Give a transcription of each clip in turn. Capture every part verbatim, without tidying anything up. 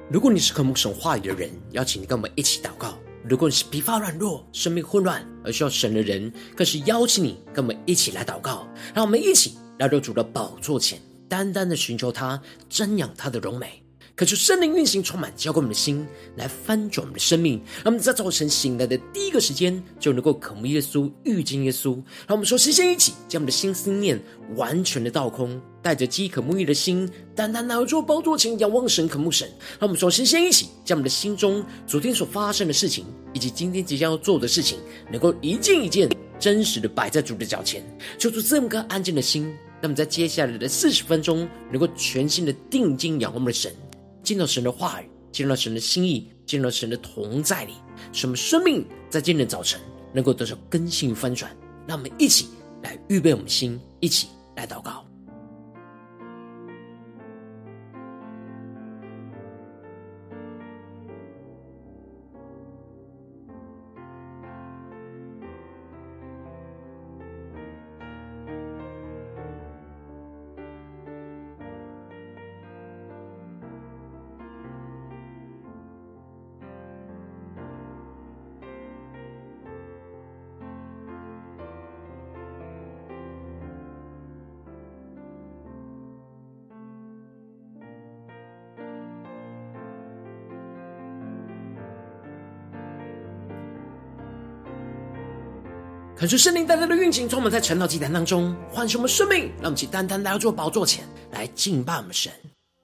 如果你是渴慕神话语的人，邀请你跟我们一起祷告。如果你是疲乏软弱、生命混乱而需要神的人，更是邀请你跟我们一起来祷告。让我们一起来到主的宝座前，单单的寻求他，瞻仰他的荣美，恳求圣灵运行充满，浇灌我们的心，来翻转我们的生命。让我们在早晨醒来的第一个时间，就能够渴慕耶稣，遇见耶稣。让我们说先先一起将我们的心思念完全的倒空，带着饥渴沐浴的心，单单来到主宝座前，仰望神，渴慕神。让我们说先先一起将我们的心中昨天所发生的事情，以及今天即将要做的事情，能够一件一件真实的摆在主的脚前，求主这么个安静的心，让我们在接下来的四十分钟，能够全心的定睛仰望我们的神，进到神的话语，进入到神的心意，进入到神的同在里，使我们生命在今天的早晨能够得到更新翻转。让我们一起来预备我们的心，一起来祷告。恳求圣灵带来的运行充满在晨祷祭坛当中，唤醒我们生命，让我们一起单单来到主宝座前来敬拜我们神。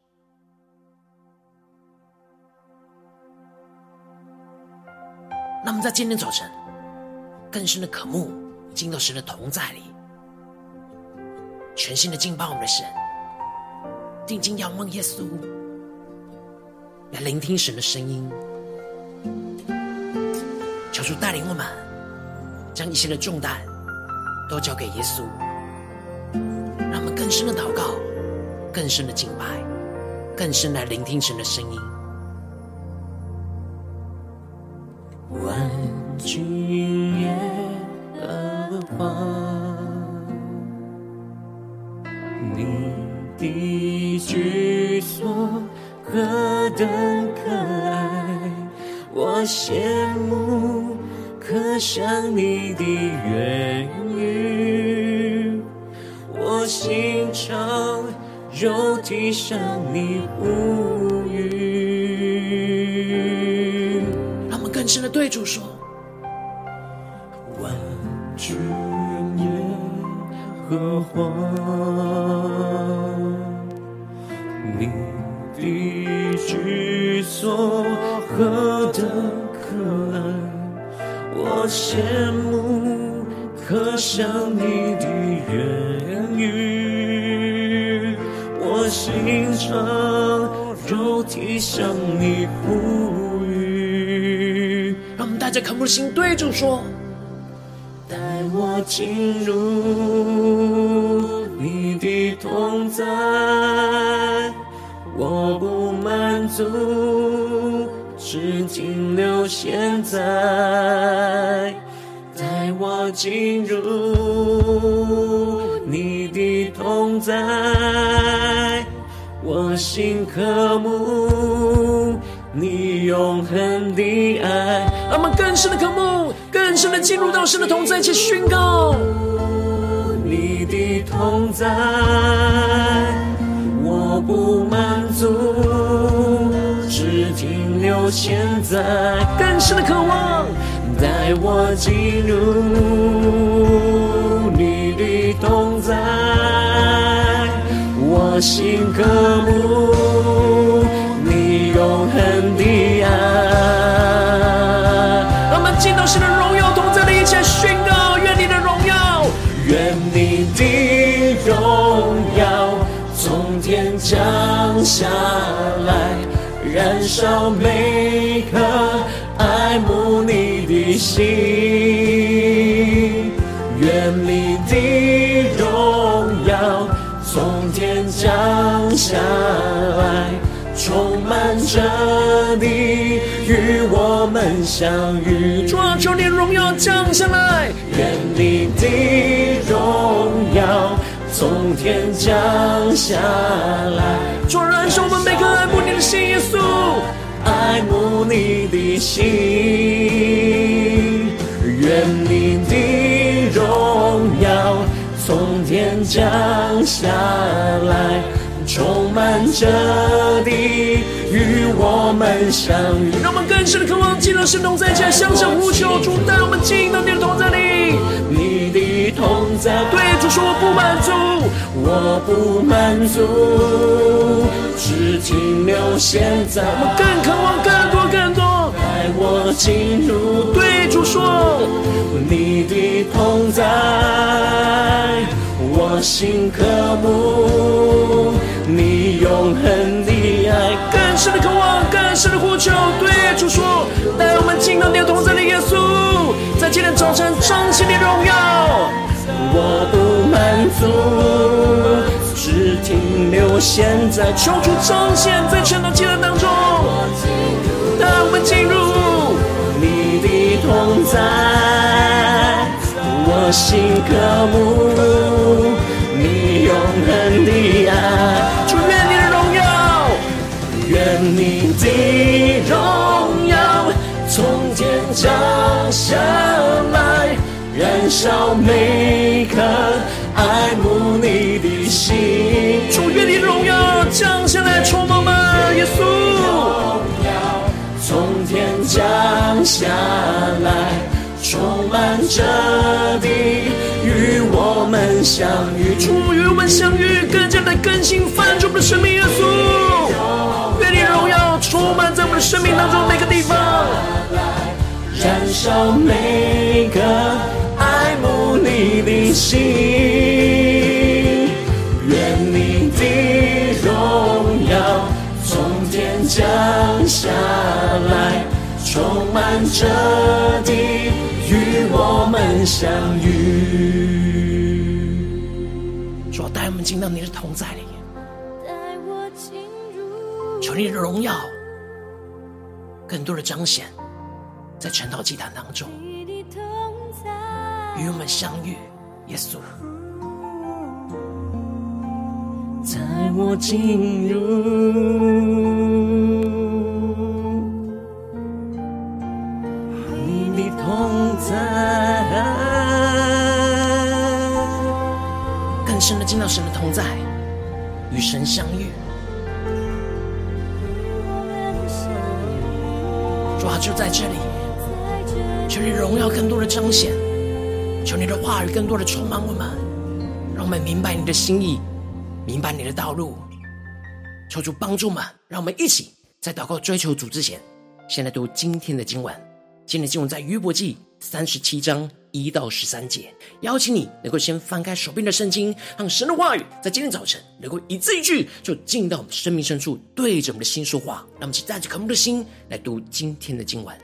让我们在今天早晨更深的渴慕进到神的同在里，全心的敬拜我们的神，定睛仰望耶稣，来聆听神的声音。求主带领我们将一切的重担都交给耶稣，让我们更深的祷告，更深的敬拜，更深来聆听神的声音。 万军耶和华，你的居所何等可爱，我羡慕可想你的言语，我心肠肉体向你呼吁。 让我们更深的对主说： 万军耶和华，你的居所何等可爱，我羡慕可想你的言语，我心肠肉体向你呼吁。 让我们带着渴慕的心对主说： 带我进入你的同在，我不满足只停留现在，带我进入你的同在，我心渴慕你永恒的爱。 让我们更深的渴慕，更深的进入到神的同在，一起宣告你的同在，我不满足只停留现在， 更深的渴望， 带我进入你的同在，我心渴慕你永恒的爱。 让我们进到神的荣耀同在的一切宣告，愿你的荣耀， 愿你的荣耀从天降下来，燃烧每颗爱慕你的心，愿你的荣耀从天降下来，充满着你，与我们相遇。 主啊，求你的荣耀降下来， 愿你的荣耀从天降下来。 主啊，燃烧我们每颗爱慕你的心，耶稣， 爱慕你的心，愿你的荣耀从天降下来，充满着地，与我们相遇。 让我们更深的渴望进入神同在，起来向上呼求，主带我们进到你的同在里。 你的同在， 对主说我不满足， 我不满足，只停留现在。 我们更渴望更多更多， 带我进入。 对主说， 你的同在，我心渴慕你永恒的爱。 更深的渴望，更深的呼求，对主说，带我们进到你的同在里，耶稣，在今天早晨彰显你的荣耀。 我不满足，只停留现在。 求主彰显在晨祷祭坛当中，带我们进入你的同在，我心渴慕你永恒的爱。 主愿你的荣耀， 愿你的荣耀从天降下来，燃烧每颗爱慕你的心。 主愿你的荣耀降下来，充满我们，耶稣。 从天降下来，充满着地，与我们相遇。 主与我们相遇，更加的更新翻转我们的生命，耶稣。愿你的荣耀充满在我们的生命当中每个地方， 燃烧每个爱慕你的心。愿你的荣耀从天降下来，充满着地，与我们相遇。 主啊，带我们进到你的同在里，求你的荣耀更多的彰显在晨祷祭坛当中，与我们相遇，耶稣。 带我进入你的同在， 更深的进到神的同在，与神相遇。主啊，就在这里，求你荣耀更多的彰显，求你的话语更多的充满我们，让我们明白你的心意，明白你的道路。求主帮助我们，让我们一起在祷告追求主之前，先来读今天的经文。今天的经文在约伯记三十七章一到十三节。邀请你能够先翻开手边的圣经，让神的话语在今天早晨能够一字一句就进到我们生命深处，对着我们的心说话。让我们一起带着渴慕的心来读今天的经文。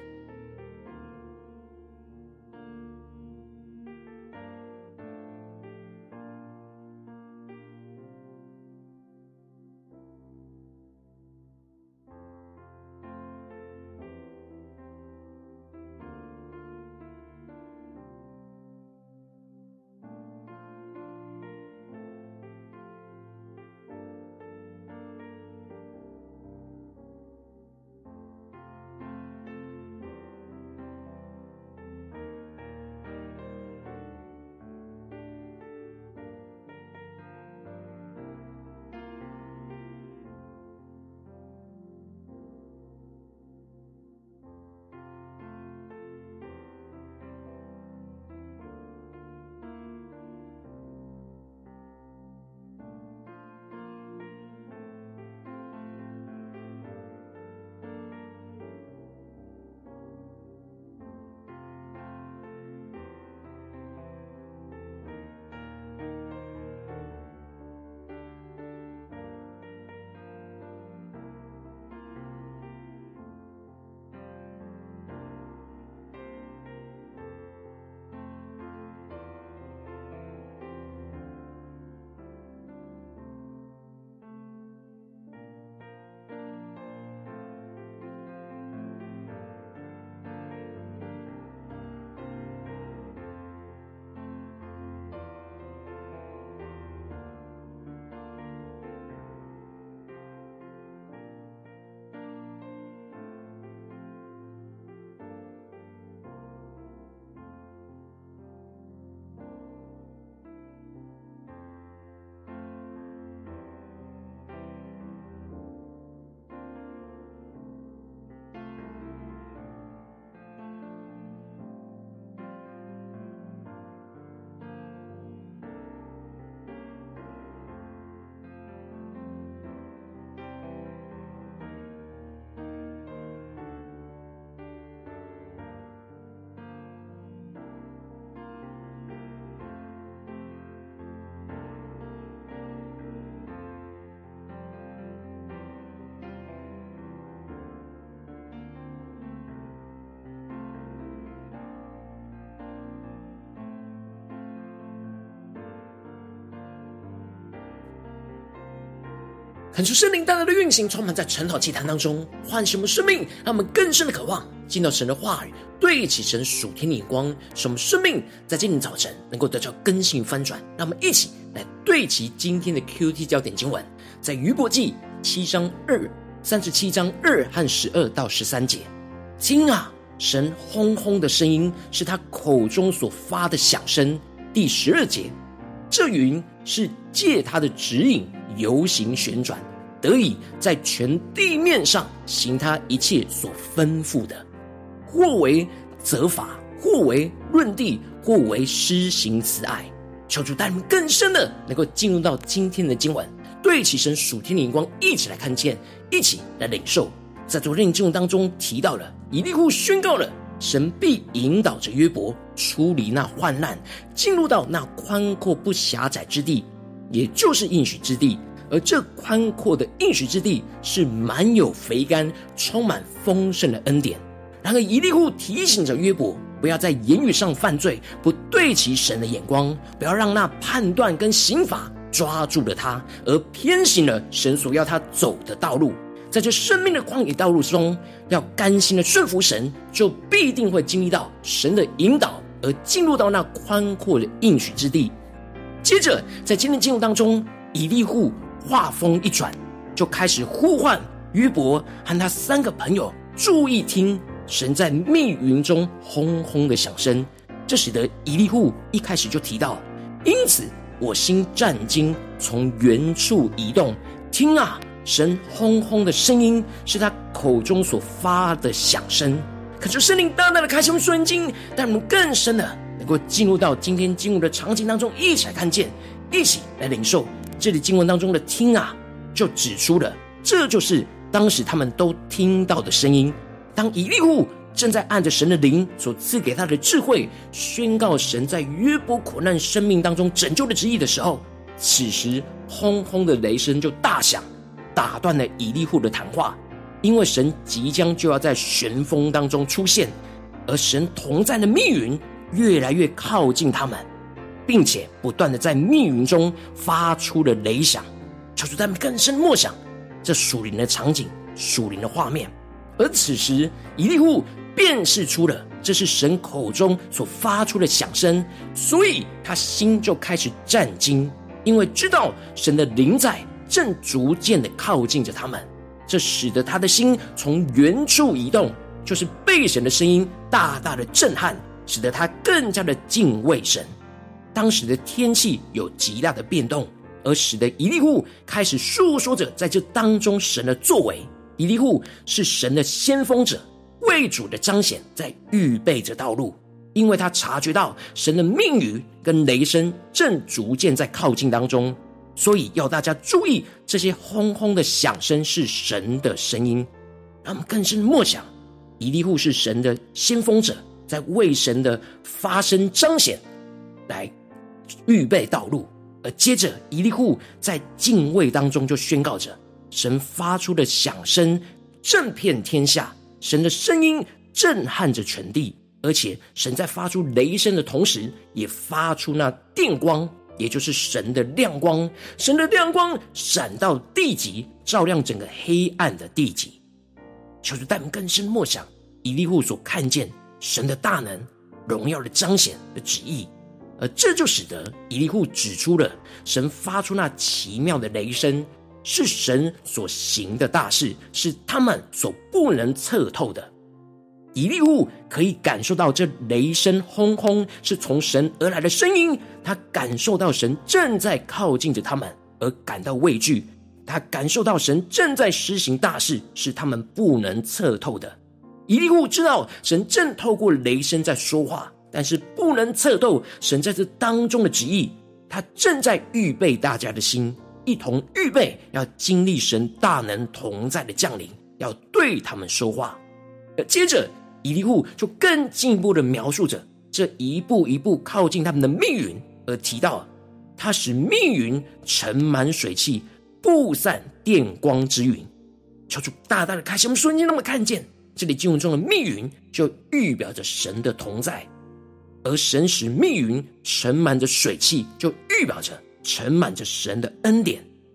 恳求圣灵大大的运行，充满在晨祷祭坛当中，唤醒我们生命，让我们更深的渴望进到神的话语，对齐神属天的眼光，使我们生命在今天早晨能够得到更新与翻转。让我们一起来对齐今天的 Q T 焦点经文，在余伯记七章二三十七章二和十二到十三节。听啊，神轰轰的声音是他口中所发的响声。第十二节，这云是借他的指引游行旋转，得以在全地面上行他一切所吩咐的，或为责罚，或为论地，或为施行慈爱。求主带领更深的能够进入到今天的经文，对齐神属天的眼光，一起来看见，一起来领受。在昨天的经文当中提到了以利户宣告了神必引导着约伯出离那患难，进入到那宽阔不狭窄之地，也就是应许之地。而这宽阔的应许之地是满有肥甘，充满丰盛的恩典。然而以利户提醒着约伯，不要在言语上犯罪，不对齐神的眼光，不要让那判断跟刑罚抓住了他，而偏行了神所要他走的道路。在这生命的旷野道路中，要甘心的顺服神，就必定会经历到神的引导，而进入到那宽阔的应许之地。接着在今天经文当中，以利户话锋一转，就开始呼唤约伯和他三个朋友注意听神在密云中轰轰的响声。这使得以利户一开始就提到，因此我心战惊，从原处移动。听啊，神轰轰的声音是他口中所发的响声。可是圣灵大大的开启我们顺经，带我们更深的能够进入到今天经文的场景当中，一起来看见，一起来领受。这里经文当中的听啊，就指出了这就是当时他们都听到的声音。当以利户正在按着神的灵所赐给他的智慧，宣告神在约伯苦难生命当中拯救的旨意的时候，此时轰轰的雷声就大响，打断了以利户的谈话。因为神即将就要在旋风当中出现，而神同在的密云越来越靠近他们，并且不断的在密云中发出了雷响。求主他们更深默想这属灵的场景，属灵的画面。而此时以利户辨识出了这是神口中所发出的响声，所以他心就开始战惊，因为知道神的灵在正逐渐的靠近着他们。这使得他的心从原处移动，就是被神的声音大大的震撼，使得他更加的敬畏神。当时的天气有极大的变动，而使得以利户开始述说着在这当中神的作为。以利户是神的先锋者，为主的彰显在预备着道路，因为他察觉到神的命语跟雷声正逐渐在靠近当中，所以要大家注意，这些轰轰的响声是神的声音。让我们更深默想，以利户是神的先锋者，在为神的发声彰显来预备道路。而接着以利户在敬畏当中就宣告着，神发出的响声震遍天下，神的声音震撼着全地，而且神在发出雷声的同时，也发出那电光，也就是神的亮光。神的亮光闪到地极，照亮整个黑暗的地极。求主带我们更深默想以利户所看见神的大能、荣耀的彰显的旨意。而这就使得以利户指出了神发出那奇妙的雷声是神所行的大事，是他们所不能测透的。以利户可以感受到这雷声轰轰是从神而来的声音，他感受到神正在靠近着他们，而感到畏惧。他感受到神正在施行大事，是他们不能测透的。以利户知道神正透过雷声在说话，但是不能测透神在这当中的旨意。他正在预备大家的心，一同预备要经历神大能同在的降临，要对他们说话。而接着以利户就更进一步的描述着这一步一步靠近他们的密云，而提到他使密云盛满水汽，布散电光之云。求主大大的开启我们瞬间那么看见这里经文中的密云就预表着神的同在，而神使密云盛满着水汽，就预表着盛满着神的恩典。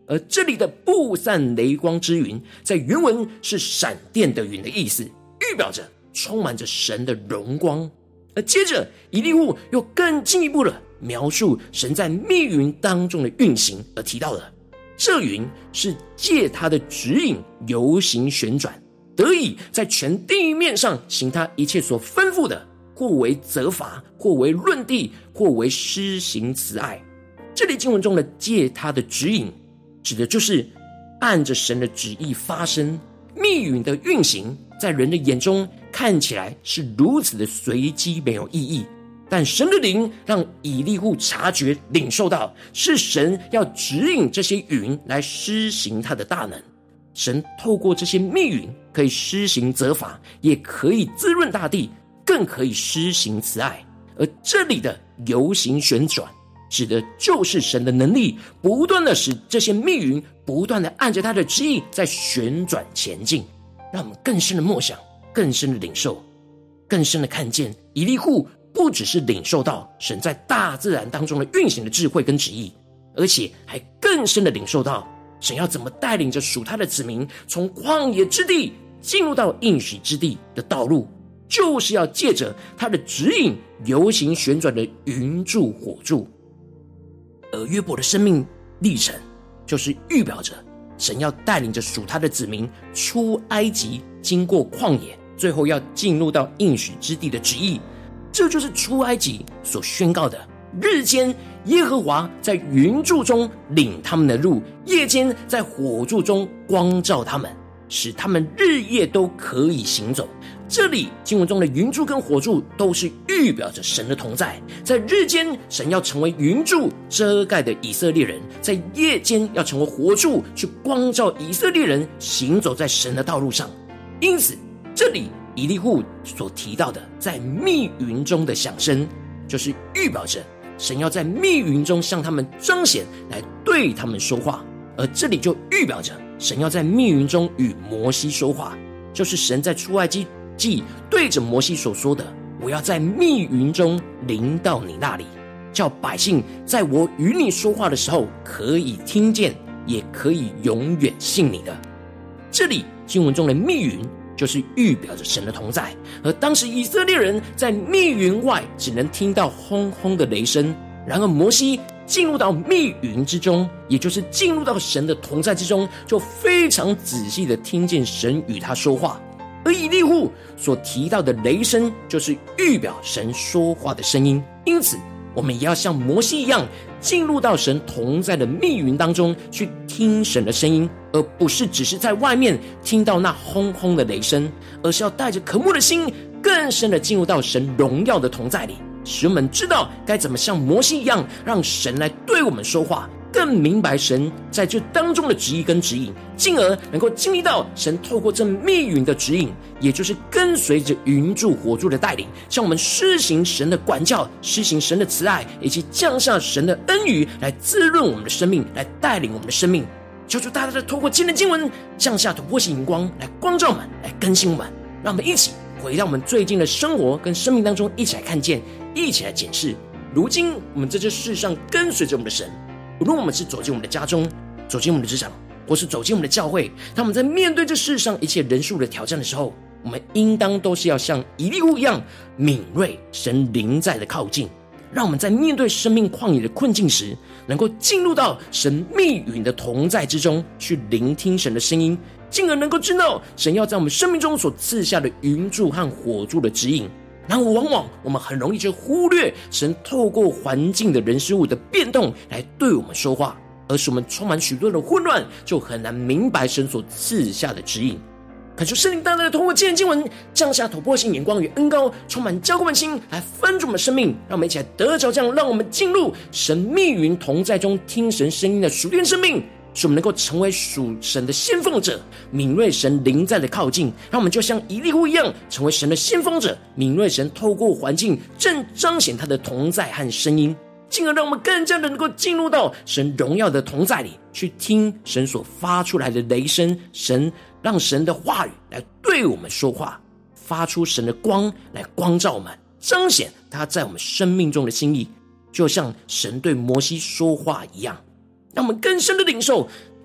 而这里的布散雷光之云，在原文是闪电的云的意思，预表着充满着神的荣光。而接着以利户又更进一步的描述神在密云当中的运行，而提到了这云是借他的指引游行旋转，得以在全地面上行他一切所吩咐的，或为责罚，或为论地，或为施行慈爱。这里经文中的借他的指引，指的就是按着神的旨意发生。密云的运行在人的眼中看起来是如此的随机，没有意义，但神的灵让以利户察觉领受到，是神要指引这些云来施行他的大能。神透过这些密云可以施行责罚，也可以滋润大地，更可以施行慈爱。而这里的游行旋转指的就是神的能力，不断的使这些密云不断的按着他的旨意在旋转前进。让我们更深的默想，更深的领受，更深的看见以利户不只是领受到神在大自然当中的运行的智慧跟旨意，而且还更深的领受到神要怎么带领着属他的子民从旷野之地进入到应许之地的道路，就是要借着他的指引游行旋转的云柱火柱。而约伯的生命历程就是预表着神要带领着属他的子民出埃及，经过旷野，最后要进入到应许之地的旨意。这就是出埃及所宣告的，日间耶和华在云柱中领他们的路，夜间在火柱中光照他们，使他们日夜都可以行走。这里经文中的云柱跟火柱都是预表着神的同在，在日间神要成为云柱遮盖的以色列人，在夜间要成为火柱去光照以色列人行走在神的道路上。因此这里以利户所提到的在密云中的响声，就是预表着神要在密云中向他们彰显，来对他们说话。而这里就预表着神要在密云中与摩西说话，就是神在出埃及记对着摩西所说的，我要在密云中临到你那里，叫百姓在我与你说话的时候可以听见，也可以永远信你的。这里经文中的密云就是预表着神的同在，而当时以色列人在密云外只能听到轰轰的雷声，然而摩西进入到密云之中，也就是进入到神的同在之中，就非常仔细的听见神与他说话。而以利户所提到的雷声，就是预表神说话的声音。因此我们也要像摩西一样，进入到神同在的密云当中去听神的声音，而不是只是在外面听到那轰轰的雷声，而是要带着渴慕的心，更深的进入到神荣耀的同在里，使我们知道该怎么像摩西一样，让神来对我们说话，更明白神在这当中的旨意跟指引，进而能够经历到神透过这密云的指引，也就是跟随着云柱火柱的带领，向我们施行神的管教，施行神的慈爱，以及降下神的恩雨，来滋润我们的生命，来带领我们的生命。求主大大的透过今天的经文降下突破性荧光，来光照我们，来更新我们，让我们一起回到我们最近的生活跟生命当中，一起来看见，一起来检视。如今我们在这世上跟随着我们的神，无论我们是走进我们的家中，走进我们的职场，或是走进我们的教会，当我们在面对这世上一切人数的挑战的时候，我们应当都是要像以利户一样敏锐神灵在的靠近，让我们在面对生命旷野的困境时，能够进入到神密云的同在之中，去聆听神的声音，进而能够知道神要在我们生命中所赐下的云柱和火柱的指引。然后往往我们很容易就忽略神透过环境的人事物的变动来对我们说话，而使我们充满许多的混乱，就很难明白神所赐下的指引。恳求圣灵大大的通过今天经文降下突破性眼光与恩膏，充满浇灌我们心，来翻转我们生命，让我们一起来得着这样让我们进入神密云同在中听神声音的属天生命，使我们能够成为属神的先锋者，敏锐神灵在的靠近，让我们就像以利户一样，成为神的先锋者，敏锐神透过环境正彰显他的同在和声音，进而让我们更加的能够进入到神荣耀的同在里，去听神所发出来的雷声，神让神的话语来对我们说话，发出神的光来光照我们，彰显他在我们生命中的心意，就像神对摩西说话一样。让我们更深的领受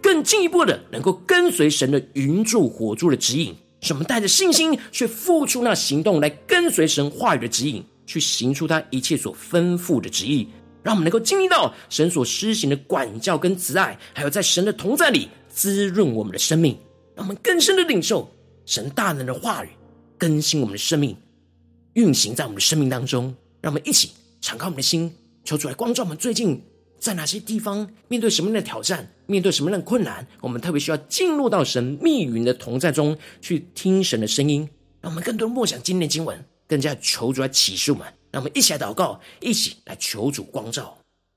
更进一步的能够跟随神的云柱火柱的指引，使我们带着信心去付出那行动，来跟随神话语的指引，去行出他一切所吩咐的旨意，让我们能够经历到神所施行的管教跟慈爱，还有在神的同在里滋润我们的生命，让我们更深的领受神大能的话语更新我们的生命，运行在我们的生命当中。让我们一起敞开我们的心，求主来光照我们最近在哪些地方面对什么样的挑战，面对什么样的困难，我们特别需要进入到神密云的同在中去听神的声音，让我们更多默想今天的经文，更加求主来启示我们。让我们一起来祷告，一起来求主光照。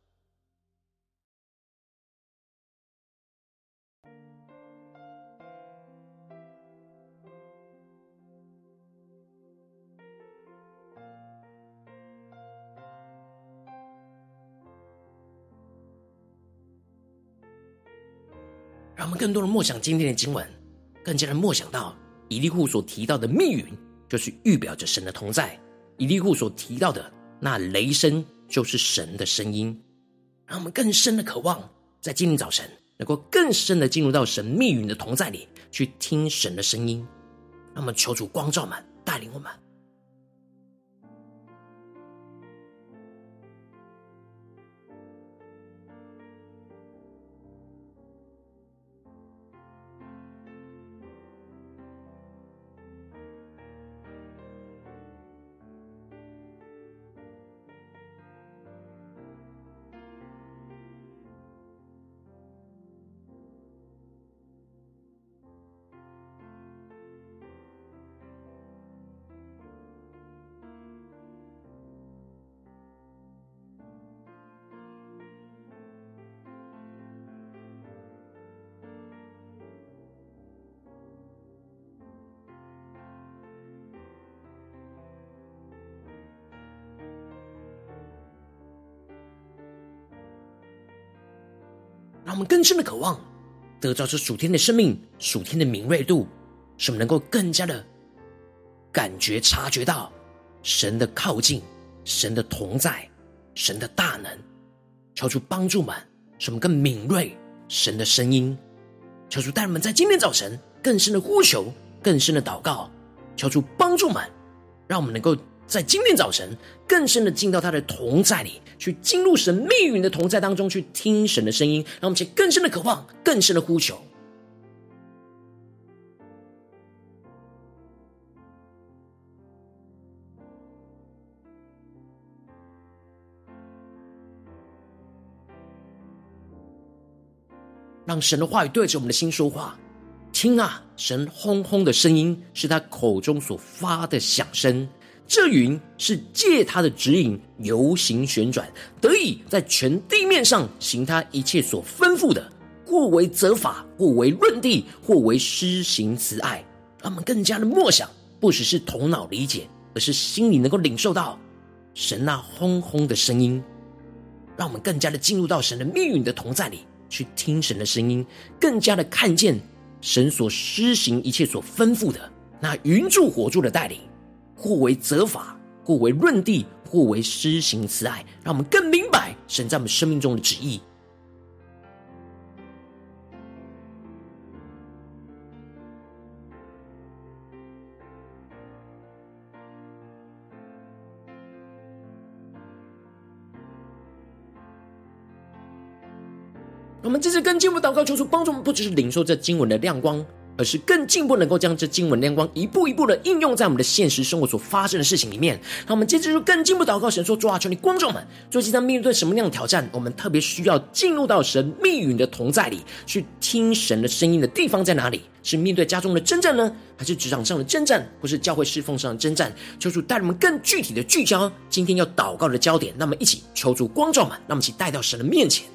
让我们更多的默想今天的经文，更加的默想到以利户所提到的密云，就是预表着神的同在。以利户所提到的那雷声，就是神的声音。让我们更深的渴望，在今天早晨能够更深的进入到神密云的同在里，去听神的声音。让我们求主光照们，带领我们。让我们更深的渴望得到这属天的生命，属天的敏锐度，使我们能够更加的感觉察觉到神的靠近，神的同在，神的大能。求主帮助们，使我们更敏锐神的声音。求主带我们在今天早晨更深的呼求，更深的祷告。求主帮助们，让我们能够在今天早晨更深的进到他的同在里，去进入神密云的同在当中，去听神的声音，让我们且更深的渴望，更深的呼求。让神的话语对着我们的心说话。听啊，神轰轰的声音是他口中所发的响声，这云是借他的指引游行旋转，得以在全地面上行他一切所吩咐的，或为责罚，或为论地，或为施行慈爱。让我们更加的默想，不只是头脑理解，而是心里能够领受到神那轰轰的声音，让我们更加的进入到神的密云的同在里，去听神的声音，更加的看见神所施行一切所吩咐的那云柱火柱的带领，或为责罚，或为论地，或为施行慈爱，让我们更明白神在我们生命中的旨意。我们这次更进一步祷告，求主帮助我们，不只是领受这经文的亮光，而是更进一步能够将这经文亮光一步一步的应用在我们的现实生活所发生的事情里面。让我们接着就更进一步祷告，神说：主啊，求你光照我们，最近在面对什么样的挑战，我们特别需要进入到神密云的同在里，去听神的声音的地方在哪里？是面对家中的征战呢，还是职场上的征战，或是教会侍奉上的征战？求主带我们更具体的聚焦今天要祷告的焦点。那么一起求主光照我们，让我们一起带到神的面前。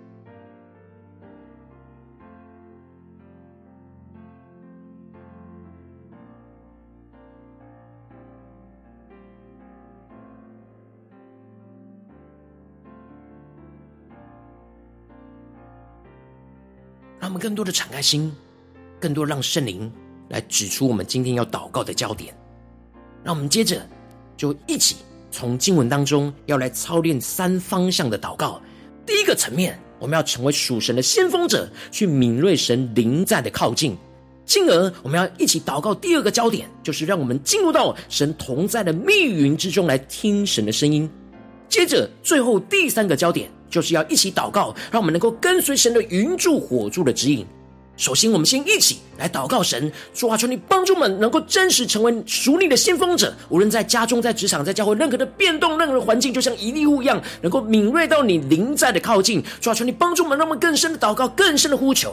让我们更多的敞开心，更多让圣灵来指出我们今天要祷告的焦点。让我们接着就一起从经文当中要来操练三方向的祷告。第一个层面我们要成为属神的先锋者，去敏锐神灵在的靠近。进而我们要一起祷告第二个焦点，就是让我们进入到神同在的密云之中来听神的声音。接着最后第三个焦点，就是要一起祷告，让我们能够跟随神的云柱火柱的指引。首先我们先一起来祷告神，说啊，求你帮助我们能够真实成为属你的先锋者，无论在家中、在职场、在教会，任何的变动、任何的环境，就像以利户一样，能够敏锐到你灵在的靠近。说啊，求你帮助我们，让我们更深的祷告，更深的呼求。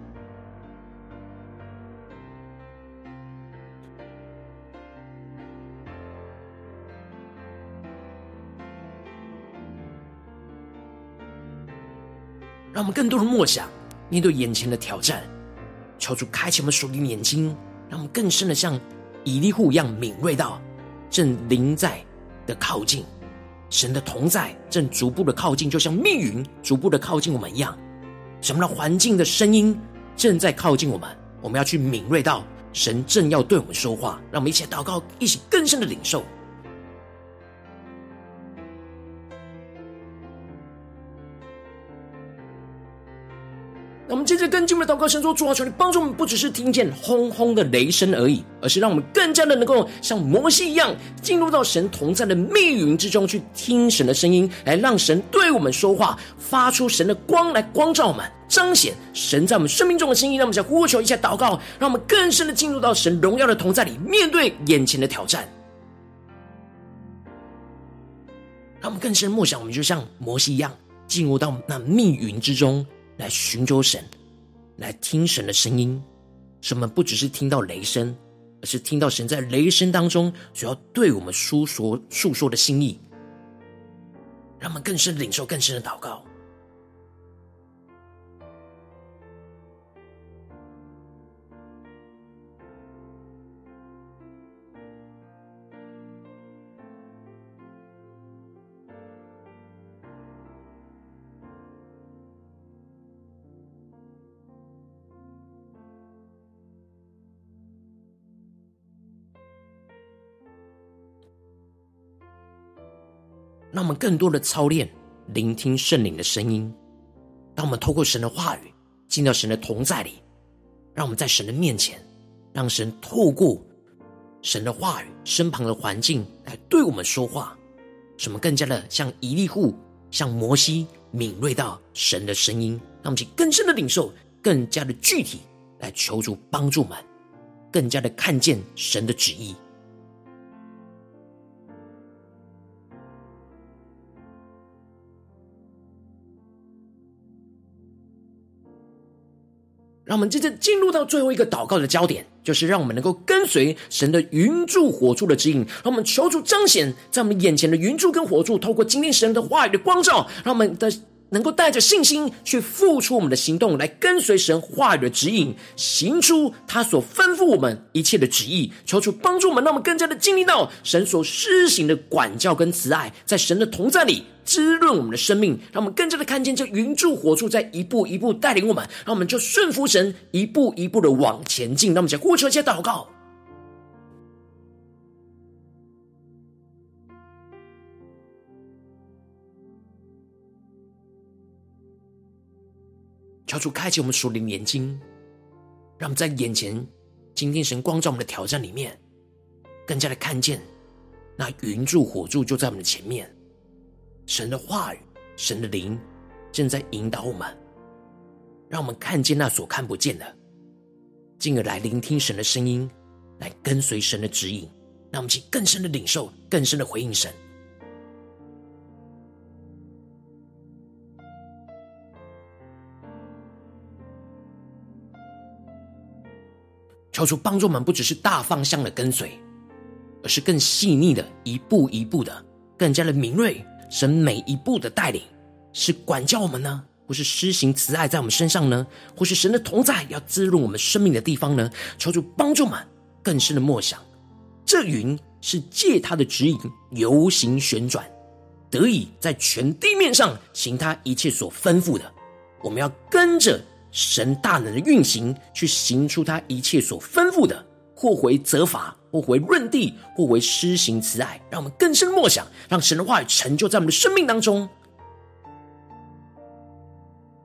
让我们更多的默想，面对眼前的挑战，求主开启我们属灵的眼睛，让我们更深的像以利户一样敏锐到正临在的靠近，神的同在正逐步的靠近，就像密云逐步的靠近我们一样。什么样的环境的声音正在靠近我们，我们要去敏锐到神正要对我们说话。让我们一起祷告，一起更深的领受。那我们接着跟进我们的祷告，神说，主啊，求你帮助我们，不只是听见轰轰的雷声而已，而是让我们更加的能够像摩西一样，进入到神同在的密云之中，去听神的声音，来让神对我们说话，发出神的光来光照我们，彰显神在我们生命中的心意。让我们再呼求一下祷告，让我们更深的进入到神荣耀的同在里，面对眼前的挑战。让我们更深默想，我们就像摩西一样，进入到那密云之中，来寻求神，来听神的声音。什么不只是听到雷声，而是听到神在雷声当中所要对我们诉说诉说的心意。让我们更深的领受，更深的祷告。让我们更多的操练聆听圣灵的声音。当我们透过神的话语进到神的同在里，让我们在神的面前，让神透过神的话语身旁的环境来对我们说话，使我们更加的像以利户、像摩西敏锐到神的声音。让我们去更深的领受，更加的具体来求主帮助我们，更加的看见神的旨意。让我们接着进入到最后一个祷告的焦点，就是让我们能够跟随神的云柱火柱的指引。让我们求主彰显在我们眼前的云柱跟火柱，透过今天神的话语的光照，让我们的能够带着信心去付出我们的行动，来跟随神话语的指引，行出他所吩咐我们一切的旨意。求主帮助我们，让我们更加的经历到神所施行的管教跟慈爱，在神的同在里滋润我们的生命，让我们更加的看见这云柱火柱在一步一步带领我们，让我们就顺服神，一步一步的往前进。让我们再呼求一些祷告。求主开启我们属灵的眼睛，让我们在眼前今天神光照我们的挑战里面，更加的看见那云柱火柱就在我们的前面，神的话语、神的灵正在引导我们，让我们看见那所看不见的，进而来聆听神的声音，来跟随神的指引。让我们去更深的领受，更深的回应神。求主帮助我们，不只是大方向的跟随，而是更细腻的一步一步的，更加的敏锐神每一步的带领，是管教我们呢，或是施行慈爱在我们身上呢，或是神的同在要滋润我们生命的地方呢？求主帮助我们更深的默想，这云是借他的指引游行旋转，得以在全地面上行他一切所吩咐的。我们要跟着神大能的运行，去行出他一切所吩咐的，或回责罚，或回润地，或为施行慈爱。让我们更深默想，让神的话语成就在我们的生命当中。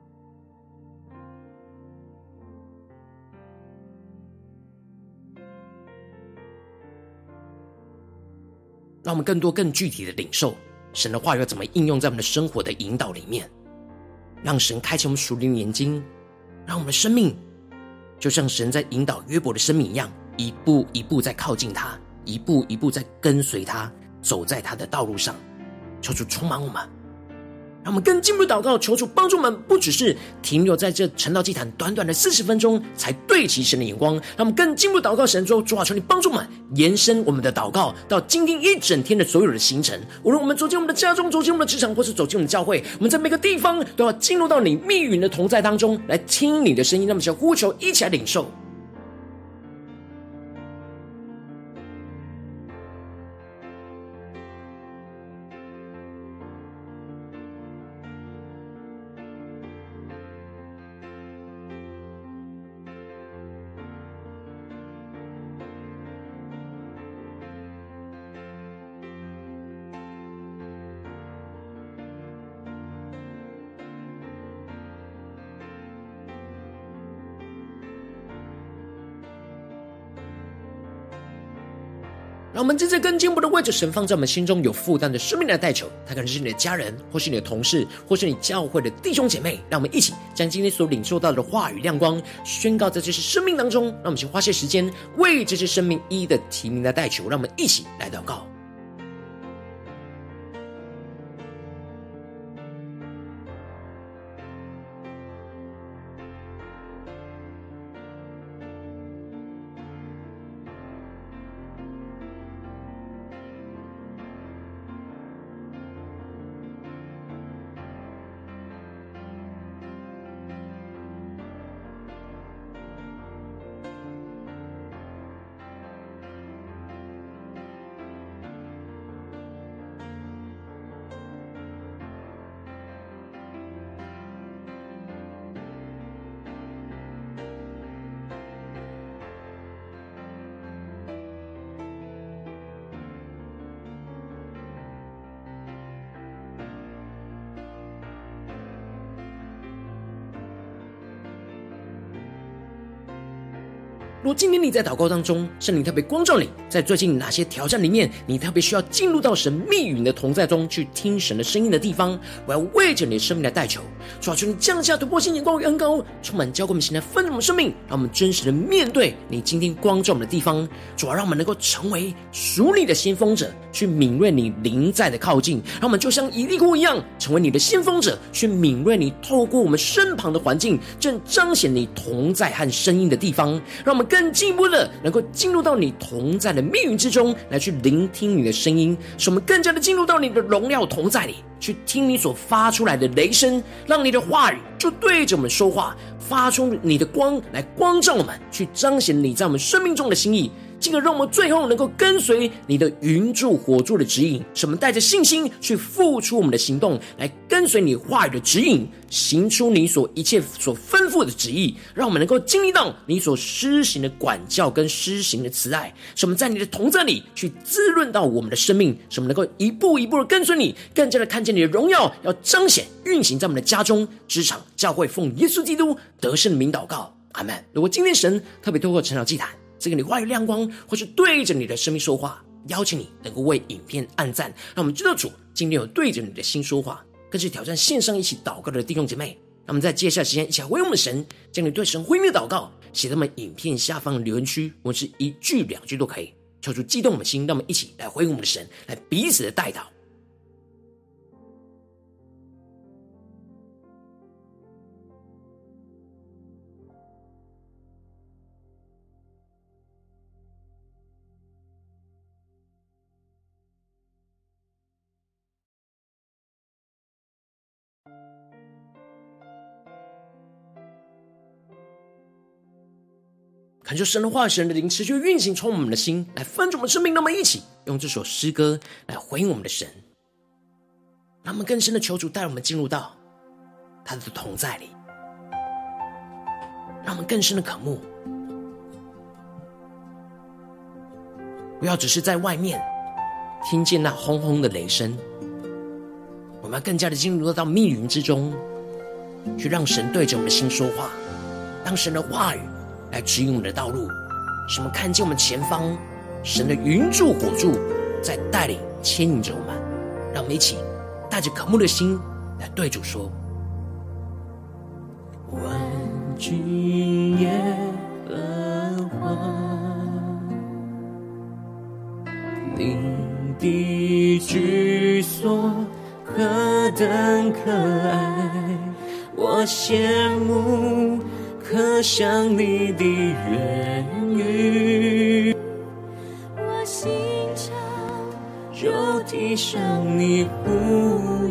让我们更多更具体的领受神的话语要怎么应用在我们的生活的引导里面，让神开启我们属灵的眼睛，让我们的生命就像神在引导约伯的生命一样，一步一步在靠近他，一步一步在跟随他，走在他的道路上。求主充满我们，让我们更进一步祷告，求主帮助我们，不只是停留在这晨祷祭坛短短的四十分钟才对齐神的眼光，让我们更进一步祷告神说，主啊，求你帮助我们延伸我们的祷告到今天一整天的所有的行程。无论我们走进我们的家中，走进我们的职场，或是走进我们的教会，我们在每个地方都要进入到你密云的同在当中，来听你的声音。那么想呼求，一起来领受。让我们正在更进一步的为着神放在我们心中有负担的生命来代求，他可能是你的家人，或是你的同事，或是你教会的弟兄姐妹。让我们一起将今天所领受到的话语亮光宣告在这些生命当中。让我们先花些时间为这些生命一一的提名来代求，让我们一起来祷告。如果今天你在祷告当中，圣灵特别光照你，在最近哪些挑战里面，你特别需要进入到神密云的同在中去听神的声音的地方，我要为着你的生命来代求。主啊，求你降下突破性眼光与恩膏，充满浇灌我们现在丰盛的生命，让我们真实的面对你今天光照我们的地方。主啊，让我们能够成为属你的先锋者，去敏锐你临在的靠近，让我们就像以利库一样，成为你的先锋者，去敏锐你透过我们身旁的环境正彰显你同在和声音的地方，让我们更进一步的能够进入到你同在的密云之中，来去聆听你的声音，使我们更加的进入到你的荣耀同在里，去听你所发出来的雷声，让你的话语就对着我们说话，发出你的光来光照我们，去彰显你在我们生命中的心意，进而让我们最后能够跟随你的云柱火柱的指引，使我们带着信心去付出我们的行动，来跟随你话语的指引，行出你所一切所吩咐的旨意，让我们能够经历到你所施行的管教跟施行的慈爱，使我们在你的同在里去滋润到我们的生命，使我们能够一步一步的跟随你，更加的看见你的荣耀要彰显运行在我们的家中、职场、教会，奉耶稣基督得胜的名祷告，阿们。如果今天神特别透过晨祷祭坛这个你话语亮光，或是对着你的生命说话，邀请你能够为影片按赞，让我们知道主今天有对着你的心说话，更是挑战线上一起祷告的弟兄姐妹。让我们在接下来时间一起来回应我们的神，将你对神回应的祷告写在我们影片下方的留言区，我们是一句两句都可以，求主激动我们的心，让我们一起来回应我们的神，来彼此的代祷。恳求神的话语、神的灵持续运行，充满我们的心，来翻转我们生命。让我们一起用这首诗歌来回应我们的神，让我们更深的求主带我们进入到他的同在里，让我们更深的渴慕，不要只是在外面听见那轰轰的雷声，我们要更加的进入到密云之中，去让神对着我们的心说话，让神的话语来指引我们的道路，使我们看见我们前方神的云柱火柱在带领牵引着我们。让我们一起带着渴慕的心来对主说： 万军耶和华，你的居所何等可爱，我羡慕可想你的言语，我心肠肉体上你呼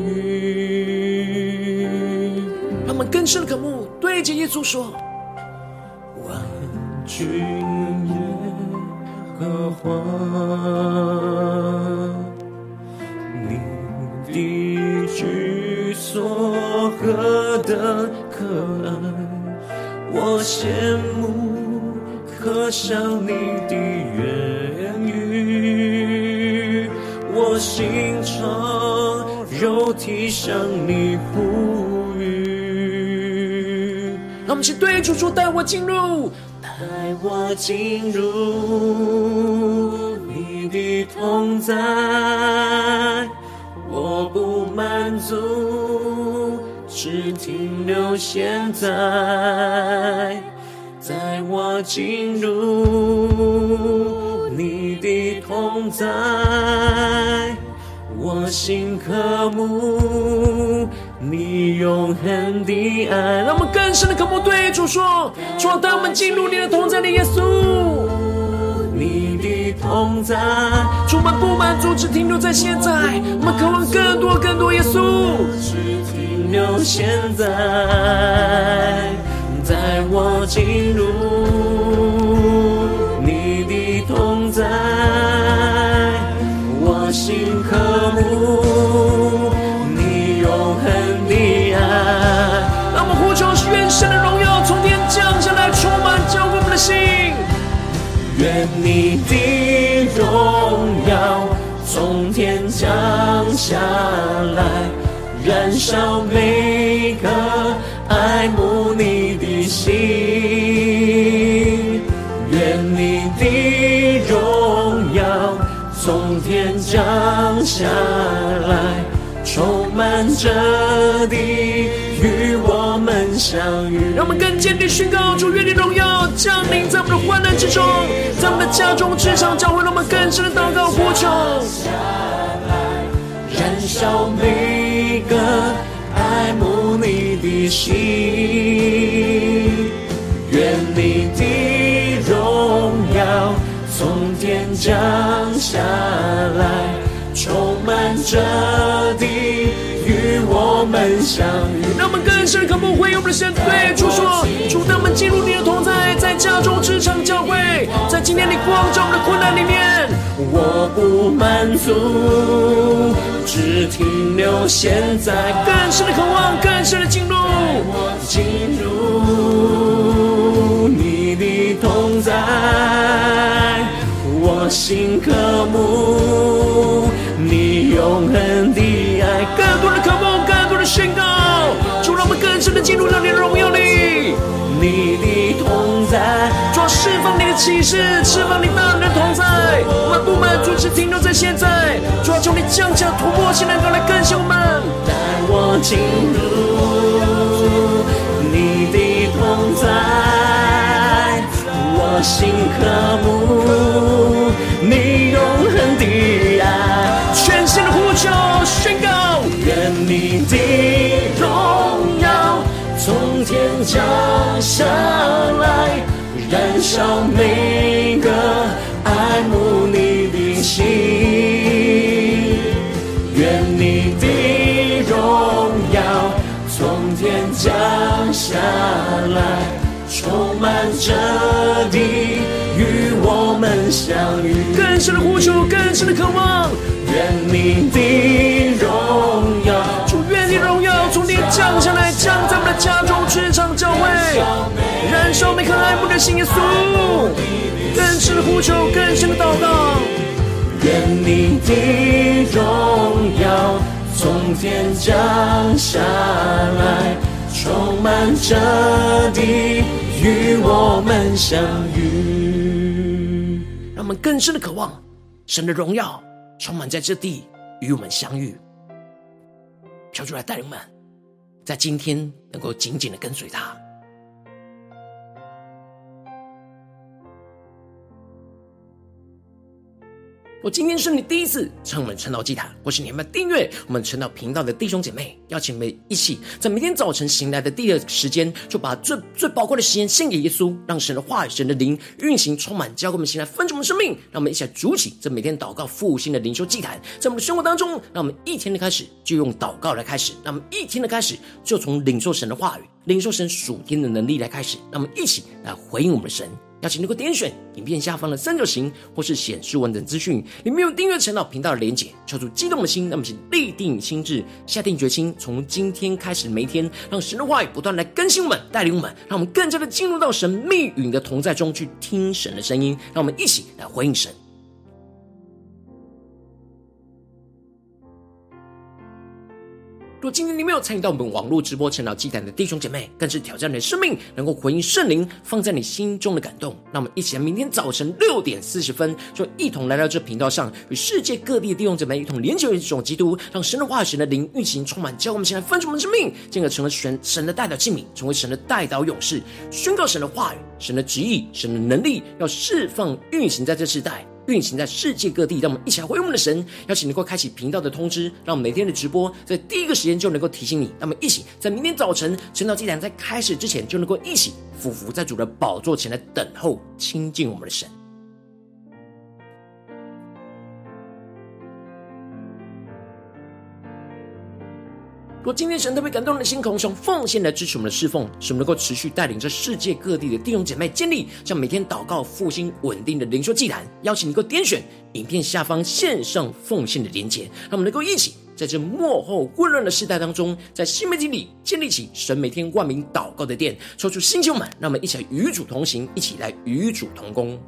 吁。 让我们更深的渴慕，对着耶稣说： 万军耶和华，你的居所何等可爱，我羡慕可想你的言语，我心肠肉体上你呼吁。 让我们一起对主说：带我进入， 带我进入你的同在，我不满足，只停留现在。带我进入你的同在，我心渴慕你永恒的爱。 让我们更深的渴慕，对主说：主啊，带我们进入你的同在里，耶稣。 你的同在， 主，我们不满足，只停留在现在，我们渴望更多更多，耶稣。 只停留现在，带我进入你的同在，我心渴慕你永恒的爱。 让我们呼求愿神的荣耀从天降下来，充满浇灌我们的心。 愿你的荣耀从天降下来，燃烧每个爱慕你的心。愿你的荣耀从天降下来，充满着地，与我们相遇。 让我们更坚定宣告：主，愿你荣耀降临在我们的患难之中，在我们的家中、职场、教会，让我们更深的祷告呼求， 燃烧每个爱慕你的心。愿你的荣耀从天降下来，充满着地，与我们相遇。 让我们更深的渴慕回应我们的神，对主说：主，带我们进入你的同在，在家中、职场、教会，在今天你光照我们的困难里面， 我不满足，只停留现在。 更深的渴望，更深的进入， 我进入你的同在，我心渴慕你永恒的爱。 更多的渴望，更多的宣告，主，让我们更深的进入到你的荣耀里， 你的同在， 主，释放你的启示，释放你大能的同在。我们不满足，只停留在现在，主要求你降下突破性能够来更新我们。 带我进入你的同在，我心渴慕你永恒的爱。 全新的呼求宣告： 愿你的荣耀从天降下来，燃烧每个爱慕你的心。愿你的荣耀从天降下来，充满着地，与我们相遇。 更深的呼求，更深的渴望。 愿你的荣耀， 主，愿你荣耀从天降下来，降在我们的家中、职场、教会，燃烧每颗爱慕的心，耶稣。更深的呼求，更深的祷告。 愿你的荣耀从天降下来，充满着地，与我们相遇。 让我们更深的渴望神的荣耀充满在这地，与我们相遇。求主来带领我们，在今天能够紧紧的跟随他。我今天是你第一次上我们晨祷祭坛，或是你们订阅我们晨祷频道的弟兄姐妹，邀请我们一起在每天早晨醒来的第二时间，就把最最宝贵的时间献给耶稣，让神的话语、神的灵运行充满，交给我们醒来分盛我们生命。让我们一起来筑起这每天祷告复兴的灵修祭坛，在我们的生活当中，让我们一天的开始就用祷告来开始，让我们一天的开始就从领受神的话语、领受神属天的能力来开始。让我们一起来回应我们的神。邀请能够点选影片下方的三角形，或是显示完整资讯，里面有订阅晨祷频道的连结，敲出激动的心，那么请立定心志，下定决心，从今天开始每一天，让神的话语不断来更新我们，带领我们，让我们更加的进入到神密语的同在中，去听神的声音。让我们一起来回应神。若今天你没有参与到我们网络直播晨祷祭坛的弟兄姐妹，更是挑战你的生命，能够回应圣灵放在你心中的感动。让我们一起来明天早晨六点四十分，就一同来到这频道上，与世界各地的弟兄姐妹一同联结为一种基督，让神的话语、神的灵运行充满，教我们现在分盛我们的生命，进而成为神神的代祷器皿，成为神的代祷勇士，宣告神的话语、神的旨意、神的能力，要释放运行在这世代，运行在世界各地。让我们一起来回应我们的神，邀请能够开启频道的通知，让我们每天的直播在第一个时间就能够提醒你。让我们一起在明天早晨晨祷祭坛在开始之前，就能够一起俯伏在主的宝座前来等候亲近我们的神。若今天神特别感动你的心，空用奉献来支持我们的侍奉，使我们能够持续带领着世界各地的弟兄姐妹建立像每天祷告复兴稳定的灵修祭坛。邀请你能够点选影片下方线上奉献的连结，让我们能够一起在这末后混乱的时代当中，在新媒体里建立起神每天万名祷告的殿，抽出新旧们，让我们一起来与主同行，一起来与主同工。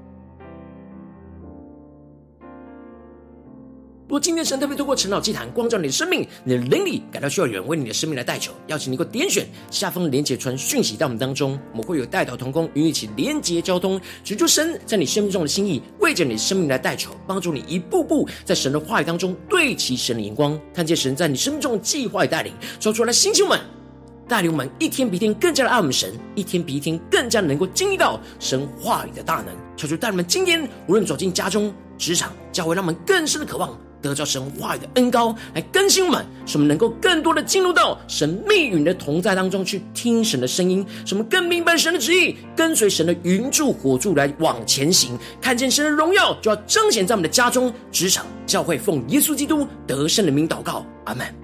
如果今天神特别透过晨祷祭坛光照你的生命，你的灵里感到需要有人为你的生命来代求，邀请你能够点选下方的连结传讯息到我们当中，我们会有代祷同工与你一起连结交通，寻求神在你生命中的心意，为着你的生命来代求，帮助你一步步在神的话语当中对齐神的眼光，看见神在你生命中的计划与带领，说出来星球们带领我们一天比一天更加的爱我们神，一天比一天更加的能够经历到神话语的大能。求主带领我们今天无论走进家中、职场、教会，让我们更深的渴望得着神话语的恩膏来更新我们，使我们能够更多的进入到神密语的同在当中，去听神的声音，使我们更明白神的旨意，跟随神的云柱火柱来往前行，看见神的荣耀就要彰显在我们的家中、职场、教会，奉耶稣基督得胜的名祷告，阿们。